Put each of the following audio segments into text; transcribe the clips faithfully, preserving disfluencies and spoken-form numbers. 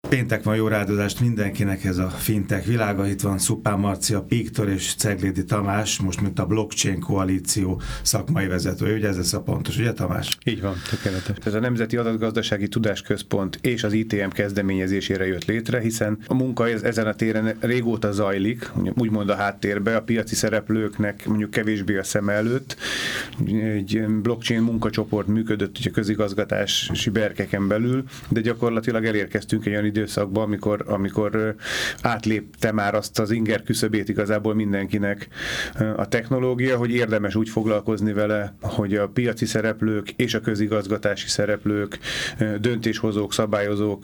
Péntek van, jó rádozást mindenkinek, ez a fintech világa. Itt van Szupán Marcia, Piktor és Ceglédi Tamás, most mint a Blockchain Koalíció szakmai vezetője. Ugye ez lesz a pontos, ugye Tamás? Így van, tökéletes. Ez a Nemzeti Adatgazdasági Tudásközpont és az I T M kezdeményezésére jött létre, hiszen a munka ezen a téren régóta zajlik, úgymond a háttérbe, a piaci szereplőknek mondjuk kevésbé a szem előtt. Egy blockchain munkacsoport működött a közigazgatási berkeken belül, de gyakorlatilag elérkeztünk egy olyan időszakban, amikor, amikor átlépte már azt az inger küszöbét igazából mindenkinek a technológia, hogy érdemes úgy foglalkozni vele, hogy a piaci szereplők és a közigazgatási szereplők, döntéshozók, szabályozók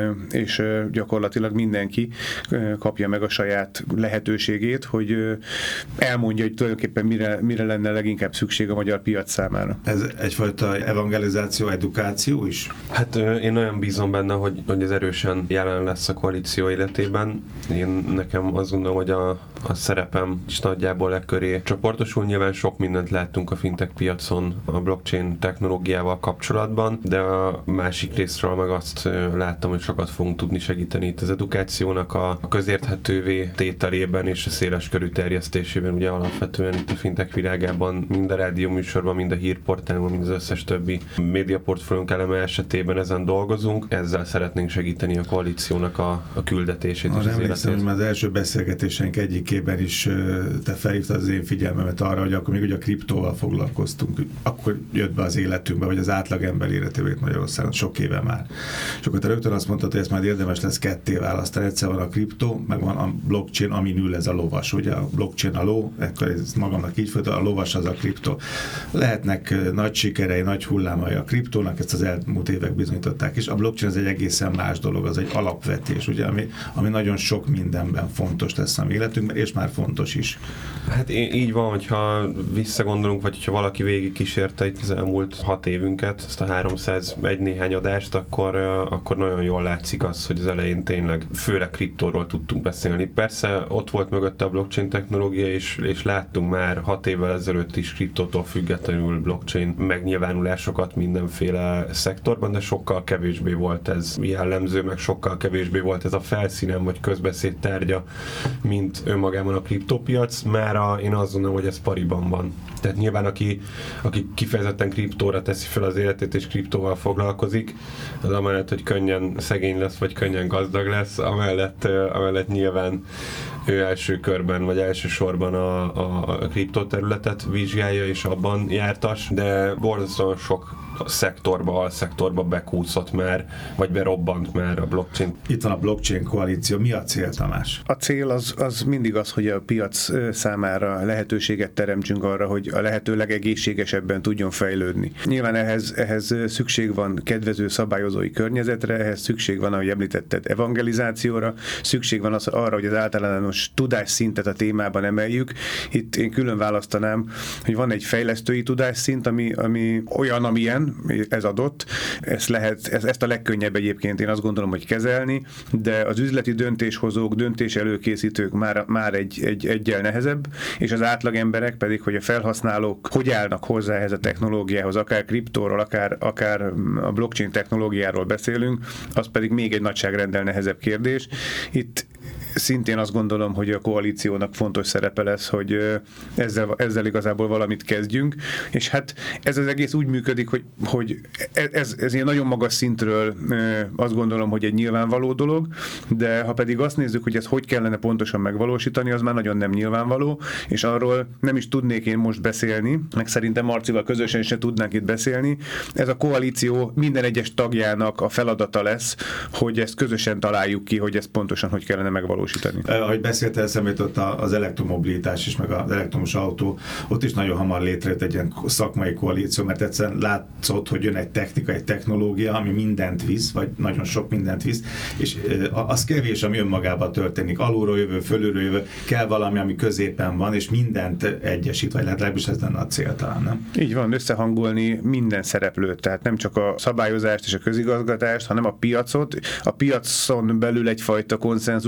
és gyakorlatilag mindenki kapja meg a saját lehetőségét, hogy elmondja, hogy tulajdonképpen mire, mire lenne leginkább szükség a magyar piac számára. Ez egyfajta evangelizáció, edukáció is? Hát én olyan bízom benne, hogy, hogy ez erősen jelen lesz a koalíció életében. Én nekem azt gondolom, hogy a, a szerepem is nagyjából e köré csoportosul. Nyilván sok mindent láttunk a fintech piacon a blockchain technológiával kapcsolatban, de a másik részről meg azt láttam, hogy sokat fogunk tudni segíteni itt az edukációnak a közérthetővé tételében és a széles körű terjesztésében. Ugye alapvetően itt a fintech világában mind a rádióműsorban, mind a hírportálban, mind az összes többi médiaportfóliónk eleme esetében ezen dolgozunk. Ezzel szeretnénk segíteni a koalíciónak a, a küldetését. Az emlékszem, hogy már az első beszélgetéseink egyikében is te felhívtad az én figyelmemet arra, hogy akkor még ugye a kriptóval foglalkoztunk. Akkor jött be az életünkbe, vagy az átlagember életébe Magyarországon sok éve már. És akkor te rögtön azt mondtad, hogy ezt már érdemes lesz ketté választani. Egyszer van a kriptó, meg van a blockchain, amin ül ez a lovas. Ugye a blockchain a ló, akkor ez magamnak így folyt, a lovas az a kriptó. Lehetnek nagy sikerei, nagy hullámai a kriptónak, ezt az elmúlt évek bizonyították is. A blockchain az egy egészen más dolog, az egy alapvetés, ugye, ami, ami nagyon sok mindenben fontos lesz a mi életünkben, és már fontos is. Hát így van, hogyha visszagondolunk, vagy hogyha valaki végig kísérte itt az elmúlt hat évünket, ezt a háromszázegy néhány adást, akkor, akkor nagyon jól látszik az, hogy az elején tényleg főleg kriptóról tudtunk beszélni. Persze ott volt mögötte a blockchain technológia, és, és láttunk már hat évvel ezelőtt is kriptótól függetlenül blockchain megnyilvánulásokat mindenféle szektorban, de sokkal kevésbé volt ez jellemző, meg sokkal kevésbé volt ez a felszínen vagy közbeszéd tárgya, mint önmagában a kriptópiac. Mára én azt gondolom, hogy ez pariban van. Tehát nyilván aki, aki kifejezetten kriptóra teszi fel az életét és kriptóval foglalkozik, az amellett, hogy könnyen szegény lesz, vagy könnyen gazdag lesz, amellett, amellett nyilván ő első körben, vagy elsősorban a, a, a kriptóterületet vizsgálja, és abban jártas, de borzasztóan sok szektorba, alszektorba bekúszott már, vagy berobbant már a blockchain. Itt van a blockchain koalíció. Mi a cél, Tamás? A cél az, az mindig az, hogy a piac számára lehetőséget teremtsünk arra, hogy a lehető legegészségesebben tudjon fejlődni. Nyilván ehhez, ehhez szükség van kedvező szabályozói környezetre, ehhez szükség van, ahogy említetted, evangelizációra, szükség van az, arra, hogy az általános tudásszintet a témában emeljük. Itt én külön választanám, hogy van egy fejlesztői tudásszint, ami, ami olyan, amilyen, ez adott, ezt, lehet, ez, ezt a legkönnyebb egyébként én azt gondolom, hogy kezelni, de az üzleti döntéshozók, döntés előkészítők már, már egy, egy, egyel nehezebb, és az átlagemberek pedig, hogy a felhasználók hogy állnak hozzá ehhez a technológiához, akár kriptóról, akár, akár a blockchain technológiáról beszélünk, az pedig még egy nagyságrendel nehezebb kérdés. Itt szintén azt gondolom, hogy a koalíciónak fontos szerepe lesz, hogy ezzel, ezzel igazából valamit kezdjünk, és hát ez az egész úgy működik, hogy, hogy ez, ez ilyen nagyon magas szintről azt gondolom, hogy egy nyilvánvaló dolog, de ha pedig azt nézzük, hogy ezt hogy kellene pontosan megvalósítani, az már nagyon nem nyilvánvaló, és arról nem is tudnék én most beszélni, meg szerintem Marcival közösen se tudnánk itt beszélni. Ez a koalíció minden egyes tagjának a feladata lesz, hogy ezt közösen találjuk ki, hogy ezt pontosan hogy kellene megvalósítani. Ahogy beszéltél, eszembe jutott az elektromobilitás is, meg az elektromos autó, ott is nagyon hamar létrejött egy ilyen szakmai koalíció, mert egyszerűen látszott, hogy jön egy technika, egy technológia, ami mindent visz, vagy nagyon sok mindent visz, és az kevés, ami önmagában történik. Alulról jövő, fölülről jövő, kell valami, ami középen van, és mindent egyesít, vagy legalábbis ez lenne a cél talán, nem? Így van, összehangolni minden szereplőt, tehát nem csak a szabályozást és a közigazgatást, hanem a piacot, a piacon belül egyfajta konszenzust kialakítani,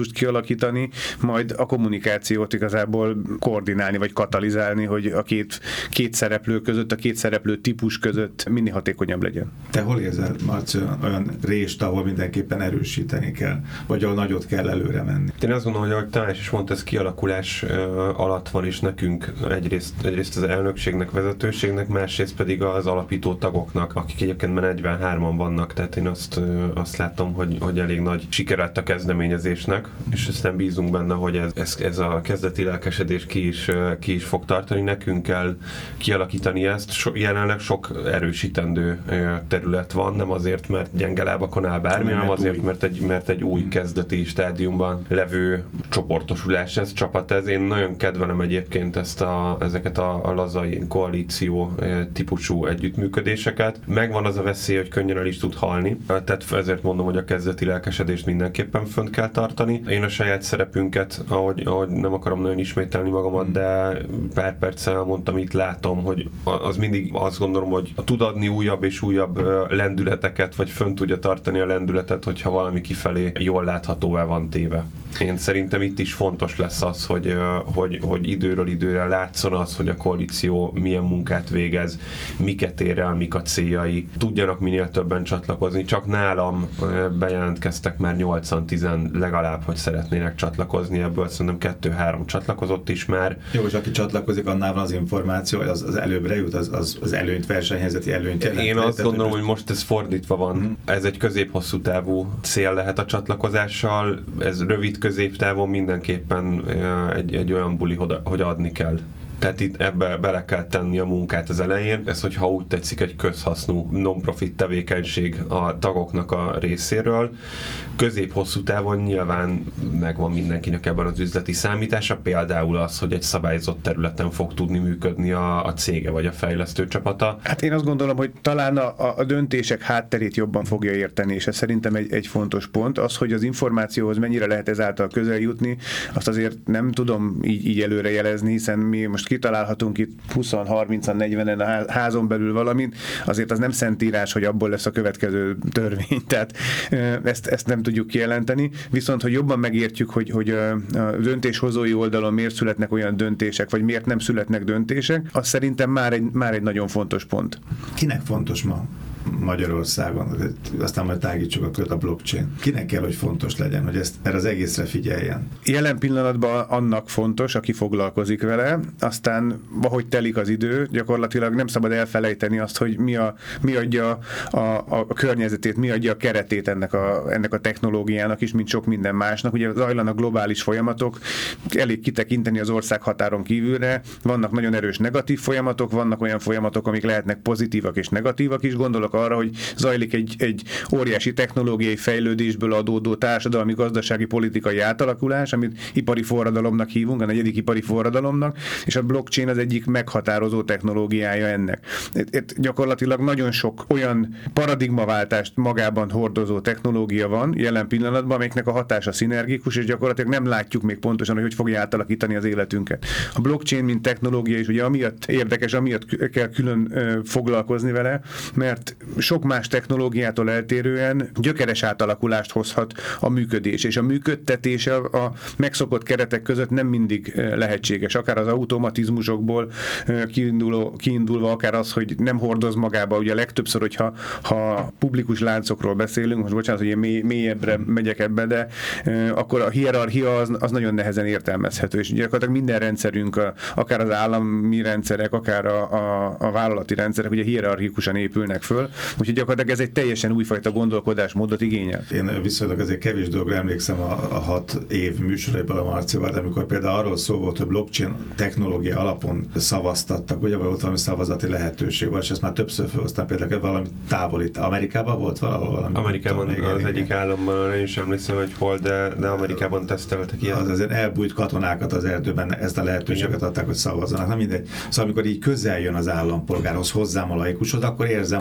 kialakítani, majd a kommunikációt igazából koordinálni, vagy katalizálni, hogy a két, két szereplő között, a két szereplő típus között minél hatékonyabb legyen. Te hol érzel, Marci, olyan rést, ahol mindenképpen erősíteni kell, vagy ahol nagyot kell előre menni? Én azt gondolom, hogy ahogy Tamás is mondta, ez kialakulás alatt van, és nekünk egyrészt, egyrészt az elnökségnek, vezetőségnek, másrészt pedig az alapító tagoknak, akik egyébként már negyvenhárman vannak, tehát én azt, azt látom, hogy, hogy elég nagy siker lett a kezdeményezésnek, és aztán bízunk benne, hogy ez, ez, ez a kezdeti lelkesedés ki is, ki is fog tartani. Nekünk kell kialakítani ezt. So, jelenleg sok erősítendő terület van, nem azért, mert gyenge lábakon áll bármi, hanem azért, mert egy, mert egy új kezdeti stádiumban levő csoportosulás ez, csapat ez. Én nagyon kedvelem egyébként ezt a, ezeket a, a lazai koalíció típusú együttműködéseket. Megvan az a veszély, hogy könnyen el is tud halni, tehát ezért mondom, hogy a kezdeti lelkesedést mindenképpen fönt kell tartani. Én a saját szerepünket, ahogy, ahogy nem akarom nagyon ismételni magamat, de pár perccel mondtam, itt látom, hogy az mindig azt gondolom, hogy tud adni újabb és újabb lendületeket, vagy fönt tudja tartani a lendületet, hogyha valami kifelé jól láthatóvá van téve. Én szerintem itt is fontos lesz az, hogy, hogy, hogy időről időre látszon az, hogy a koalíció milyen munkát végez, miket ér el, mik a céljai, tudjanak minél többen csatlakozni. Csak nálam bejelentkeztek már nyolcan tizen legalább, hogy szeretnének csatlakozni, ebből szerintem kettő-három csatlakozott is már. Jó, és aki csatlakozik, annál van az információ, hogy az, az előbbre jut, az, az, az előnyt, versenyhelyzeti előnyt jelent. Én azt gondolom, hogy most ez fordítva van. Mm. Ez egy közép-hosszú távú cél lehet a csatlakozással, ez rövid középtávon mindenképpen egy, egy olyan buli, hogy adni kell. Tehát itt ebbe bele kell tenni a munkát az elején. Ez, hogyha úgy tetszik, egy közhasznú non-profit tevékenység a tagoknak a részéről. Közép-hosszú távon nyilván megvan mindenkinek ebben az üzleti számítása, például az, hogy egy szabályozott területen fog tudni működni a, a cége vagy a fejlesztő csapata. Hát én azt gondolom, hogy talán a, a döntések hátterét jobban fogja érteni, és ez szerintem egy, egy fontos pont. Az, hogy az információhoz mennyire lehet ezáltal közel jutni, azt azért nem tudom így, így előre jelezni, hiszen mi most kitalálhatunk itt húszan, harmincan, negyvenen a házon belül valamit, azért az nem szentírás, hogy abból lesz a következő törvény. Tehát ezt, ezt nem tudjuk kijelenteni. Viszont, hogy jobban megértjük, hogy, hogy a döntéshozói oldalon miért születnek olyan döntések, vagy miért nem születnek döntések, az szerintem már egy, már egy nagyon fontos pont. Kinek fontos ma Magyarországon, aztán majd tágítsuk a köt a blockchain. Kinek kell, hogy fontos legyen, hogy ezt erre az egészre figyeljen? Jelen pillanatban annak fontos, aki foglalkozik vele, aztán ahogy telik az idő, gyakorlatilag nem szabad elfelejteni azt, hogy mi, a, mi adja a, a, a környezetét, mi adja a keretét ennek a, ennek a technológiának is, mint sok minden másnak. Ugye zajlanak globális folyamatok, elég kitekinteni az ország határon kívülre, vannak nagyon erős negatív folyamatok, vannak olyan folyamatok, amik lehetnek pozitívak és negatívak is, gondolok arra, hogy zajlik egy, egy óriási technológiai fejlődésből adódó társadalmi, gazdasági, politikai átalakulás, amit ipari forradalomnak hívunk, a negyedik ipari forradalomnak, és a blockchain az egyik meghatározó technológiája ennek. Itt, itt gyakorlatilag nagyon sok olyan paradigmaváltást magában hordozó technológia van jelen pillanatban, amelyeknek a hatása szinergikus, és gyakorlatilag nem látjuk még pontosan, hogy hogy fogja átalakítani az életünket. A blockchain, mint technológia is ugye amiatt érdekes, amiatt kell külön ö, foglalkozni vele, mert sok más technológiától eltérően gyökeres átalakulást hozhat a működés, és a működtetése a megszokott keretek között nem mindig lehetséges. Akár az automatizmusokból kiinduló, kiindulva, akár az, hogy nem hordoz magába. Ugye legtöbbször, hogyha ha publikus láncokról beszélünk, most bocsánat, hogy én mély, mélyebbre megyek ebbe, de akkor a hierarchia az, az nagyon nehezen értelmezhető, és gyakorlatilag minden rendszerünk, akár az állami rendszerek, akár a, a, a vállalati rendszerek, ugye hierarchikusan épülnek föl, úgyhogy gyakorlatilag ez egy teljesen újfajta gondolkodásmódot igényel. Én viszonylag azért kevés dologra emlékszem a, a hat év műsoraiban a Marcival, de amikor például arról szó volt, hogy blockchain technológia alapon szavaztattak, ugye volt valami szavazati lehetőség volt, és ezt már többször felhoztam, például valami távoli. Amerikában volt valahol valami? Amerikában még az egyik államban, én is emlékszem, hogy hol, de, de Amerikában teszteltek ilyen. Az azért elbújt katonákat az erdőben, ezt a lehetőséget adták, hogy szavazzanak. Na mindegy. Szóval amikor így közel jön az állampolgárhoz, hozzám a laikushoz, akkor érzem, hogy valamit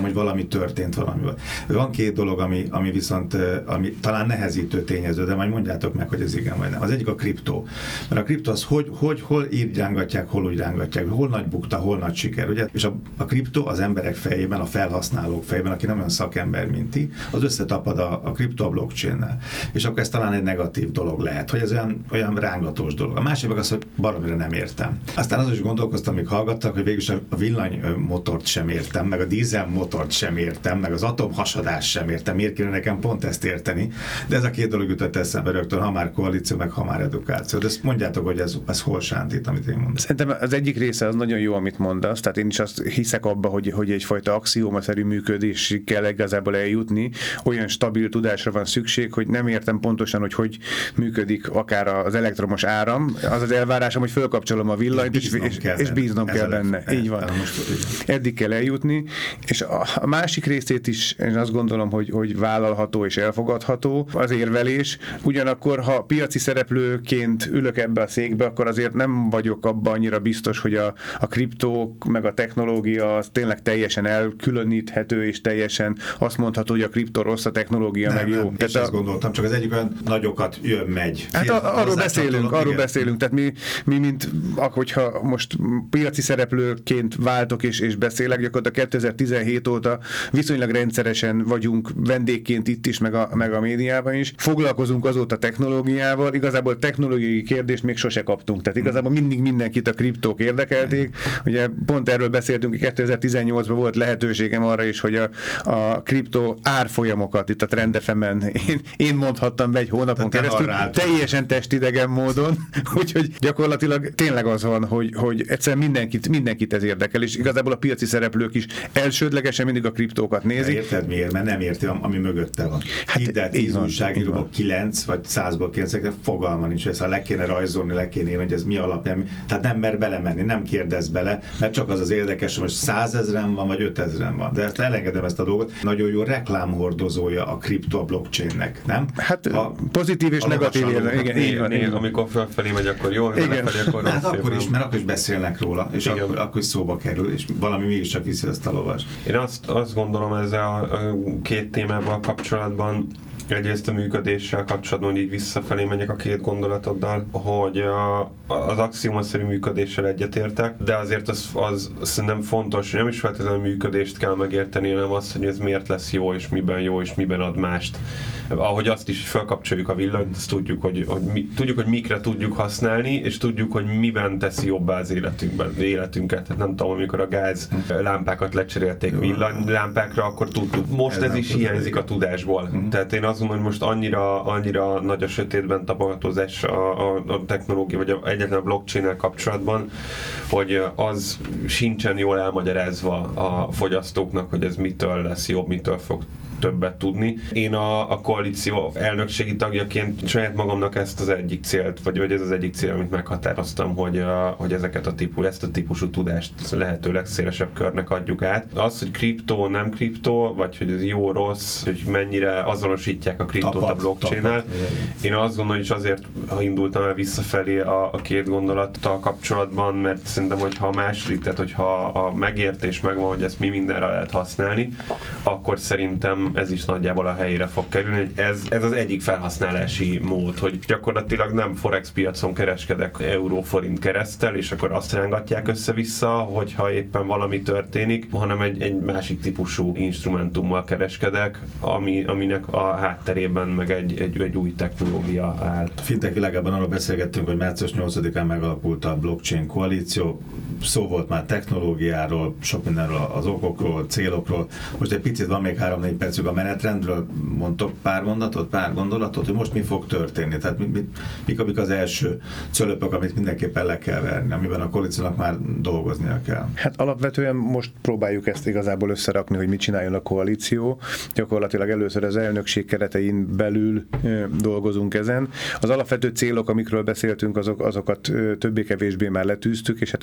történt valami. Van két dolog, ami, ami viszont ami talán nehezítő tényező, de majd mondjátok meg, hogy ez igen vagy nem. Az egyik a kriptó. Mert a kriptó az hogy, hogy hol így rángatják, hol úgy rángatják, hol nagy bukta, hol nagy siker, ugye? És a, a kriptó az emberek fejében, a felhasználók fejében, aki nem olyan szakember, mint ti, az összetapad a, a kriptó a blockchain-nel. És akkor ez talán egy negatív dolog lehet, hogy ez olyan, olyan rángatós dolog. A másik meg az, hogy baromira nem értem. Aztán azon is gondolkoztam, amíg hallgattak, hogy végülis a villanymotort sem értem, meg a dízelmotort sem értem, meg az atomhasadást sem értem. Miért kéne nekem pont ezt érteni? De ez a két dolog jutott eszembe rögtön, ha már koalíció, meg ha már edukáció. De ezt mondjátok, hogy ez, ez hol sántít, amit én mondom. Szerintem az egyik része az nagyon jó, amit mondasz. Tehát én is azt hiszek abba, hogy, hogy egyfajta axiómaszerű működésig kell igazából eljutni. Olyan stabil tudásra van szükség, hogy nem értem pontosan, hogy hogy működik akár az elektromos áram. Az az elvárásom, hogy fölkapcsolom a villanyt, és bíznom és, kell, és bíznom kell benne. Így van. Eddig kell eljutni. És a, a másik részét is én azt gondolom, hogy, hogy vállalható és elfogadható az érvelés. Ugyanakkor, ha piaci szereplőként ülök ebbe a székbe, akkor azért nem vagyok abban annyira biztos, hogy a, a kriptók meg a technológia az tényleg teljesen elkülöníthető, és teljesen azt mondható, hogy a kriptó rossz, a technológia nem, meg jó. Nem, és a... ezt gondoltam, csak az egyik olyan nagyokat jön, megy. Hát a, arról beszélünk, arról igen. beszélünk. Tehát mi, mi mint, hogyha most piaci szereplőként váltok és, és beszélek, gyakorlatilag kétezer-tizenhét óta viszonylag rendszeresen vagyunk vendégként itt is, meg a, meg a médiában is. Foglalkozunk azóta technológiával, igazából technológiai kérdést még sose kaptunk. Tehát igazából mindig mindenkit a kriptók érdekelték. Ugye pont erről beszéltünk, hogy kétezer-tizennyolcban volt lehetőségem arra is, hogy a, a kriptó árfolyamokat itt a Trend ef emen én, én mondhattam be egy hónapon Te keresztül, teljesen testidegen módon, úgyhogy gyakorlatilag tényleg az van, hogy, hogy egyszerűen mindenkit, mindenkit ez érdekel, és igazából a piaci szereplők is elsődlegesen mindig a kriptókat nézik. De érted miért? Mert nem érti, ami mögötte van. Hát hidd el, tíz újságíróból kilenc vagy százból kilenc, fogalma nincs, hogy ezt le kéne rajzolni, le kéne írni, hogy ez mi alapján. Tehát nem mer belemenni, nem kérdez bele, mert csak az az érdekes, hogy most százezren van, vagy ötezren van. De ezt elengedem ezt a dolgot. Nagyon jó reklámhordozója a kripto a blockchainnek, nem? Hát a, pozitív és negatív érde. Igen, így van, így van. Amikor felfelé megy, akkor jó, lefelé, akkor hát akkor is, mert akkor is beszélnek róla, és akkor, akkor is szóba kerül, és valami mégiscsak viszi ezt a lovast. Én azt, azt gondolom ezzel a, a két témával kapcsolatban, egyrészt a működéssel kapcsolatban, hogy így visszafelé megyek a két gondolatoddal, hogy a, az axiomaszerű működéssel egyetértek, de azért az, az szerintem fontos, hogy nem is feltétlenül a működést kell megérteni, hanem azt, hogy ez miért lesz jó, és miben jó, és miben ad mást. Ahogy azt is felkapcsoljuk a villanyt, azt tudjuk, hogy, hogy mi, tudjuk, hogy mikre tudjuk használni, és tudjuk, hogy miben teszi jobbá az életünkben, életünket. Tehát nem tudom, amikor a gáz lámpákat lecserélték villanylámpákra, akkor tudtuk. Most ez, ez is hiányzik a tudásból. Uh-huh. Tehát én azt mondom, hogy most annyira, annyira nagy a sötétben tapogatózás a, a, a technológia, vagy a, egyetlen a blockchain-nel kapcsolatban, hogy az sincsen jól elmagyarázva a fogyasztóknak, hogy ez mitől lesz jobb, mitől fog többet tudni. Én a, a koalíció elnökségi tagjaként saját magamnak ezt az egyik célt, vagy, vagy ez az egyik cél, amit meghatároztam, hogy, a, hogy ezeket a típus, ezt a típusú tudást lehetőleg szélesebb körnek adjuk át. Az, hogy kriptó, nem kriptó, vagy hogy ez jó, rossz, hogy mennyire azonosítják a kriptót a blockchain-nel. Én azt gondolom, hogy is azért ha indultam el visszafelé a, a két gondolattal kapcsolatban, mert szerintem, hogyha a második, tehát hogyha a megértés megvan, hogy ezt mi mindenre lehet használni, akkor szerintem ez is nagyjából a helyére fog kerülni, hogy ez, ez az egyik felhasználási mód, hogy gyakorlatilag nem forex piacon kereskedek euró-forint kereszttel, és akkor azt rángatják össze-vissza, hogyha éppen valami történik, hanem egy, egy másik típusú instrumentummal kereskedek, ami, aminek a hátterében meg egy, egy, egy új technológia áll. A fintech világában arról beszélgettünk, hogy március nyolcadikán megalakult a blockchain koalíció, szó volt már technológiáról, sok mindenről, az okokról, célokról. Most egy picit van még három-négy percük a menetrendről, mondtok pár mondatot, pár gondolatot, hogy most mi fog történni, tehát mi, mi, mik, amik az első cölöpök, amit mindenképpen le kell verni, amiben a koalíciónak már dolgoznia kell. Hát alapvetően most próbáljuk ezt igazából összerakni, hogy mit csináljon a koalíció. Gyakorlatilag először az elnökség keretein belül ö, dolgozunk ezen. Az alapvető célok, amikről beszéltünk, azok, azokat ö, többé-kevésbé már letűztük, és hát ennek a megvalósítása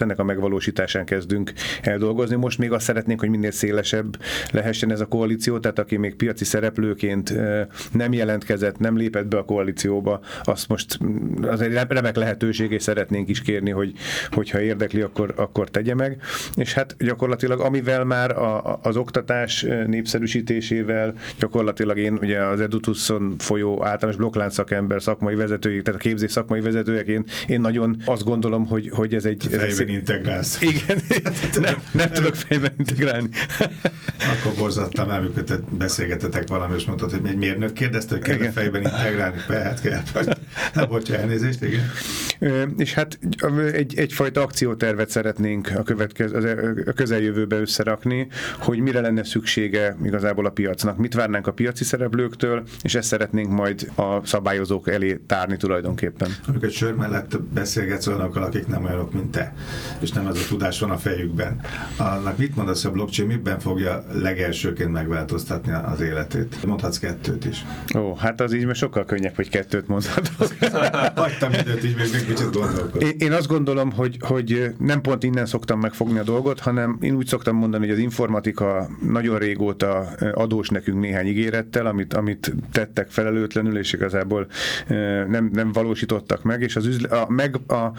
megvalósításán kezdünk eldolgozni. Most még azt szeretnénk, hogy minél szélesebb lehessen ez a koalíció, tehát aki még piaci szereplőként nem jelentkezett, nem lépett be a koalícióba, azt most az egy remek lehetőség, és szeretnénk is kérni, hogy, hogyha érdekli, akkor, akkor tegye meg. És hát gyakorlatilag amivel már a, az oktatás népszerűsítésével, gyakorlatilag én ugye az Edutuson folyó általános blokklánc szakember szakmai vezetői, tehát a képzés szakmai vezetőjeként én nagyon azt gondolom, hogy, hogy ez egy... Fejben ez integrálsz. Igen, nem, nem tudok fejben integrálni. Akkor borzadtam el, amikor te beszélgetetek valami, és mondtad, hogy egy mérnök kérdezte, hogy kell fejben integrálni, hát kell. Nem volt elnézést, igen. És hát egy, egyfajta akciótervet szeretnénk a, következő, a közeljövőbe összerakni, hogy mire lenne szüksége igazából a piacnak. Mit várnánk a piaci szereplőktől, és ezt szeretnénk majd a szabályozók elé tárni tulajdonképpen. Amikor egy sör mellett beszélgetsz olyanokkal, akik nem olyanok, mint te, és nem az a tudás van a fejükben. Annak mit mondasz, a blockchain miben fogja legelsőként megváltoztatni az életét? Mondhatsz kettőt is. Ó, hát az így már sokkal könnyebb, hogy kettőt mondhatok. Hagytam időt, így még kicsit gondolkodni. Én, én azt gondolom, hogy, hogy nem pont innen szoktam megfogni a dolgot, hanem én úgy szoktam mondani, hogy az informatika nagyon régóta adós nekünk néhány ígérettel, amit, amit tettek felelőtlenül, és igazából nem, nem valósítottak meg, és az üzle, a, meg, a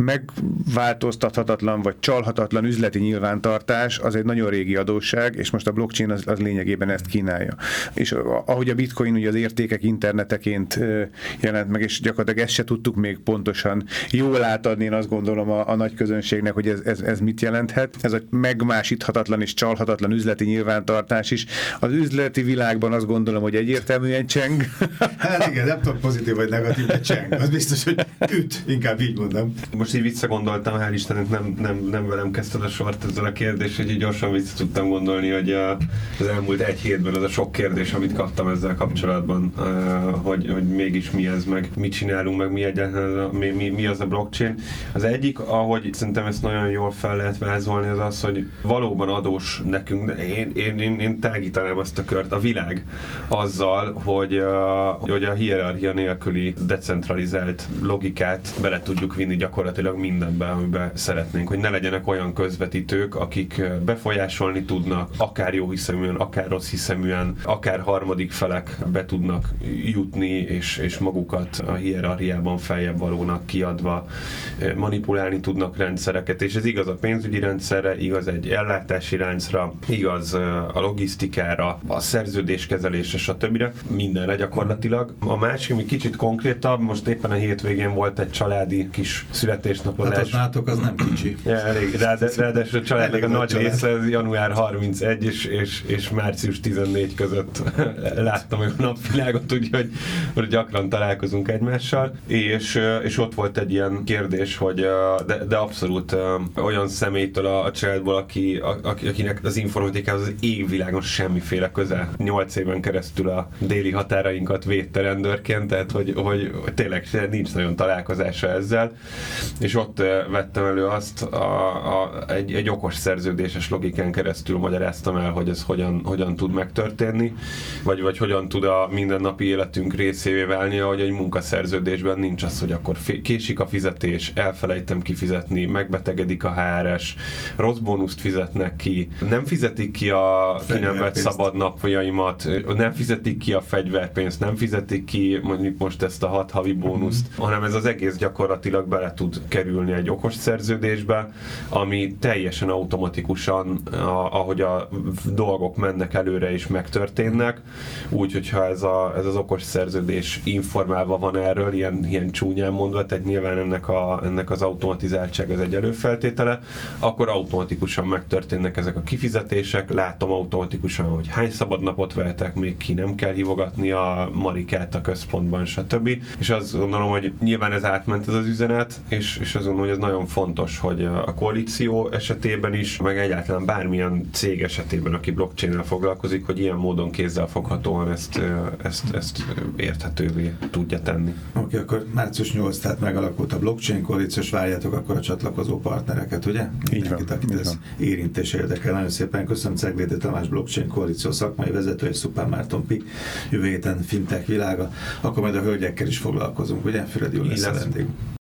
megváltoztathatatlan vagy csalhatatlan üzleti nyilvántartás az egy nagyon régi adósság, és most a blockchain az, az lényegében ezt kínálja. És ahogy a bitcoin ugye az értékek interneteként jelent meg, és gyakorlatilag ezt se tudtuk még pontosan jól átadni, én azt gondolom a, a nagy közönségnek, hogy ez, ez, ez mit jelenthet. Ez a megmásíthatatlan és csalhatatlan üzleti nyilvántartás is. Az üzleti világban azt gondolom, hogy egyértelműen cseng. Hát igen, nem tudom pozitív vagy negatív, de cseng. Az biztos, hogy üt, inkább így mondom. Most így visszagondoltam, hál' Istennek nem, nem, nem velem kezdted a sort ezzel a kérdés, hogy így gyorsan vissza tudtam gondolni, hogy a, az elmúlt egy hétben az a sok kérdés, amit kaptam ezzel kapcsolatban, hogy, hogy mégis mi ez, meg mit csinálunk, meg mi egyáltalán, mi, mi, mi az a blockchain. Az egyik, ahogy szerintem ezt nagyon jól fel lehet vázolni, az az, hogy valóban adós nekünk, de én, én, én, én tágítanám azt a kört, a világ azzal, hogy a, hogy a hierarchia nélküli decentralizált logikát bele tudjuk vinni gyakorlatilag mindenbe, amiben szeretnénk, hogy ne legyenek olyan közvetítők, akik befolyásolni tudnak, akár jó hiszeműen, akár rossz hiszeműen, akár harmadik felek be tudnak jutni, és, és magukat a hierarchiában feljebb valónak kiadva manipulálni tudnak rendszereket, és ez igaz a pénzügyi rendszerre, igaz egy ellátási láncra, igaz a logisztikára, a szerződéskezelésre, stb. Mindenre gyakorlatilag. A másik, ami kicsit konkrétabb, most éppen a hétvégén volt egy családi kis születésnapozás. Hát az nátok az nem kicsi. Ja, elég, ráadásul a családnak a nagy része az január harmincegy és, és, és március tizennégy között láttam a napvilágot, úgyhogy gyakran találkozunk egymással, és, és ott volt egy ilyen kérdés, hogy de, de abszolút olyan személytől a, a családból, aki, a, akinek az informatikához az égvilágon semmiféle köze. Nyolc éven keresztül a déli határainkat védte rendőrként, tehát hogy, hogy tényleg nincs nagyon találkozása ezzel, és ott vettem elő azt, a, a, egy, egy okos szerződéses logikán keresztül magyaráztam el, hogy ez hogyan, hogyan tud megtörténni, vagy, vagy hogyan tud a mindennapi életünk részévé válni, ahogy egy munkaszerződésben nincs az, hogy akkor késik a fizetés, elfelejtem kifizetni, megbetegedik a há er es, rossz bónuszt fizetnek ki, nem fizetik ki a ki nem vett szabad napjaimat, nem fizetik ki a fegyverpénzt, nem fizetik ki mondjuk most ezt a hat havi bónuszt, mm. hanem ez az egész gyakorlatilag bele tud kerülni egy okos szerződésbe, ami teljesen automatikusan, a, ahogy a dolgok mennek előre és megtörténnek, úgy, hogyha ez, a, ez az okos szerződés informálva van erről, ilyen, ilyen csúnyán mondva, tehát nyilván ennek, a, ennek az automatizáltság az egy előfeltétele, akkor automatikusan megtörténnek ezek a kifizetések, látom automatikusan, hogy hány szabadnapot vehetek, még ki nem kell hívogatni a Marikát a központban, stb. És azt gondolom, hogy nyilván ez átment ez az üzenet, és, és azt gondolom, hogy ez nagyon fontos, hogy a koalíció esetében is, meg egyáltalán bármilyen cég esetében, aki blockchain-nel foglalkozik, hogy ilyen módon kézzelfoghatóan ezt, ezt, ezt érthetővé tudja tenni. Oké, okay, akkor március nyolcadika, tehát megalakult a blockchain koalíciós, várjátok akkor a csatlakozó partnereket, ugye? Így van. Akit ez érintés érdekel. Nagyon szépen köszönöm Ceglédi Tamás blockchain koalíció szakmai vezető, és Szupán Márton Pik, jövő héten fintech világa. Akkor majd a hölgyekkel is foglalkozunk, ugye? Füredi úr lesz a vendég.